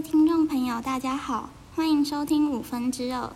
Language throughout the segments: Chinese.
听众朋友，大家好，欢迎收听2/5。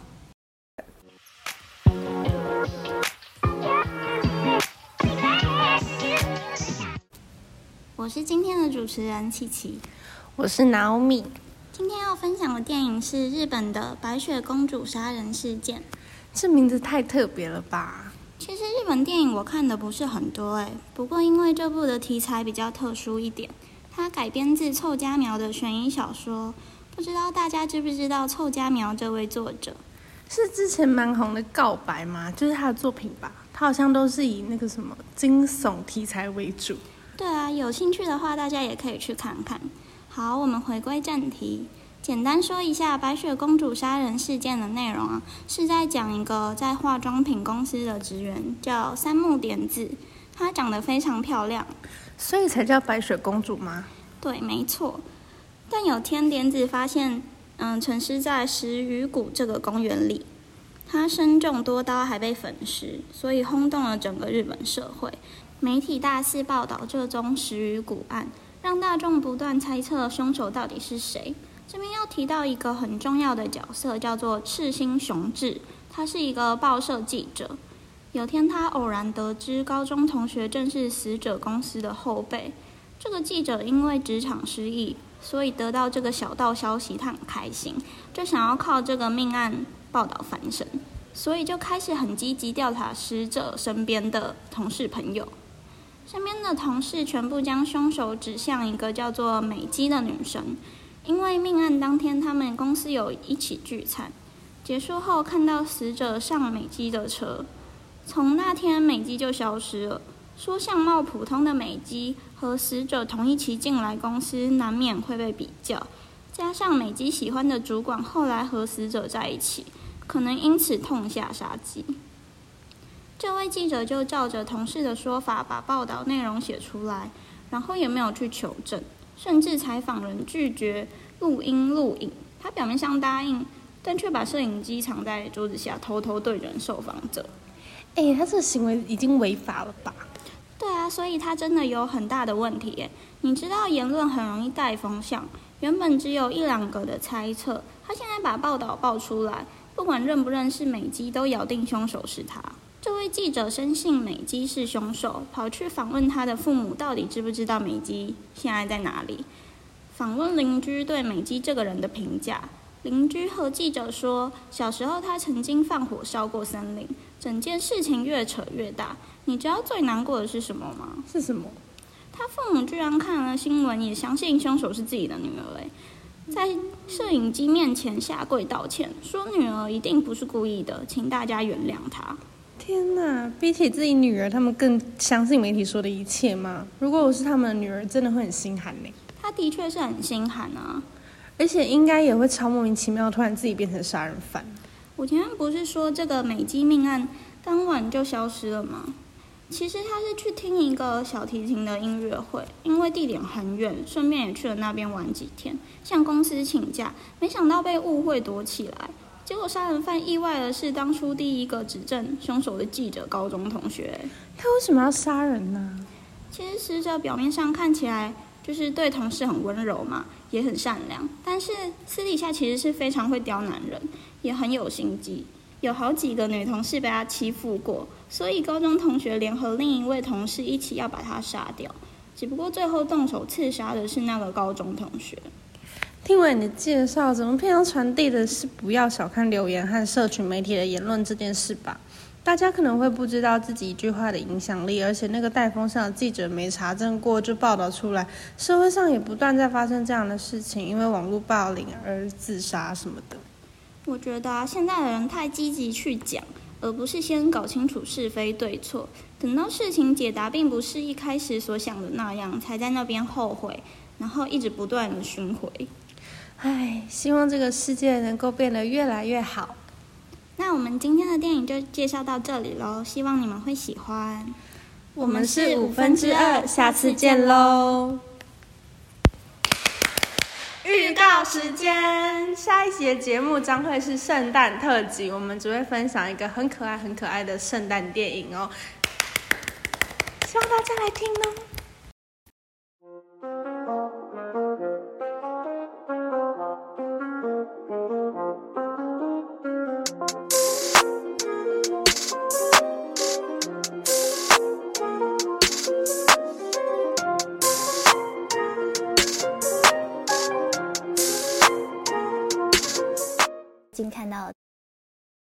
我是今天的主持人琪琪， 我是 Naomi。 今天要分享的电影是日本的《白雪公主杀人事件》。 这名字太特别了吧？ 其实日本电影我看的不是很多不过因为这部的题材比较特殊一点，它改编自凑佳苗的悬疑小说。不知道大家知不知道凑佳苗这位作者？ 是之前蛮红的《告白》吗？就是他的作品吧？他好像都是以那个什么惊悚题材为主。 对啊，有兴趣的话大家也可以去看看。好，我们回归正题，简单说一下白雪公主杀人事件的内容啊，是在讲一个在化妆品公司的职员叫三木典子，她长得非常漂亮， 所以才叫白雪公主吗？ 对，没错。但有天典子发现沉尸在石鱼谷这个公园里，她身中多刀还被粉尸，所以轰动了整个日本社会。媒体大肆报道这宗石鱼谷案，让大众不断猜测凶手到底是谁。这边要提到一个很重要的角色，叫做赤星雄志，他是一个报社记者。有天他偶然得知高中同学正是死者公司的后辈，这个记者因为职场失意，所以得到这个小道消息，他很开心，就想要靠这个命案报道翻身，所以就开始很积极调查死者身边的同事朋友。身边的同事全部将凶手指向一个叫做美姬的女生，因为命案当天他们公司有一起聚餐，结束后看到死者上美姬的车，从那天美姬就消失了。说相貌普通的美姬和死者同一期进来公司，难免会被比较。加上美姬喜欢的主管后来和死者在一起，可能因此痛下杀机。这位记者就照着同事的说法，把报道内容写出来，然后也没有去求证，甚至采访人拒绝录影。他表面上答应，但却把摄影机藏在桌子下，偷偷对准受访者。 他这个行为已经违法了吧？ 对啊，所以他真的有很大的问题耶。你知道言论很容易带风向，原本只有1-2个的猜测，他现在把报道爆出来，不管认不认识美姬，都咬定凶手是他。这位记者深信美姬是凶手，跑去访问他的父母，到底知不知道美姬现在在哪里？访问邻居对美姬这个人的评价，邻居和记者说，小时候他曾经放火烧过森林，整件事情越扯越大。你知道最难过的是什么吗？ 是什么？ 他父母居然看了新闻，也相信凶手是自己的女儿在摄影机面前下跪道歉，说女儿一定不是故意的，请大家原谅她。 天哪，比起自己女儿，他们更相信媒体说的一切吗？如果我是他们的女儿，真的会很心寒呢。 他的确是很心寒啊， 而且应该也会超莫名其妙，突然自己变成杀人犯。 我前面不是说这个美姬命案当晚就消失了吗？其实他是去听一个小提琴的音乐会，因为地点很远，顺便也去了那边玩几天，向公司请假，没想到被误会躲起来。结果杀人犯意外的是当初第一个指证凶手的记者高中同学。 他为什么要杀人呢？ 其实死者表面上看起来就是对同事很温柔嘛，也很善良，但是私底下其实是非常会刁难人，也很有心机。有好几个女同事被他欺负过，所以高中同学联合另一位同事一起要把他杀掉。只不过最后动手刺杀的是那个高中同学。 听完你的介绍，怎么平常传递的是不要小看留言和社群媒体的言论这件事吧？大家可能会不知道自己一句话的影响力，而且那个带风向的记者没查证过就报道出来，社会上也不断在发生这样的事情，因为网络霸凌而自杀什么的。 我觉得现在的人太积极去讲，而不是先搞清楚是非对错，等到事情解答并不是一开始所想的那样，才在那边后悔，然后一直不断的巡回。 希望这个世界能够变得越来越好。 那我们今天的电影就介绍到这里咯，希望你们会喜欢。 我们是2/5，下次见咯。预告时间，下一集的节目将会是圣诞特辑，我们只会分享一个很可爱的圣诞电影哦，希望大家来听哦。 近看到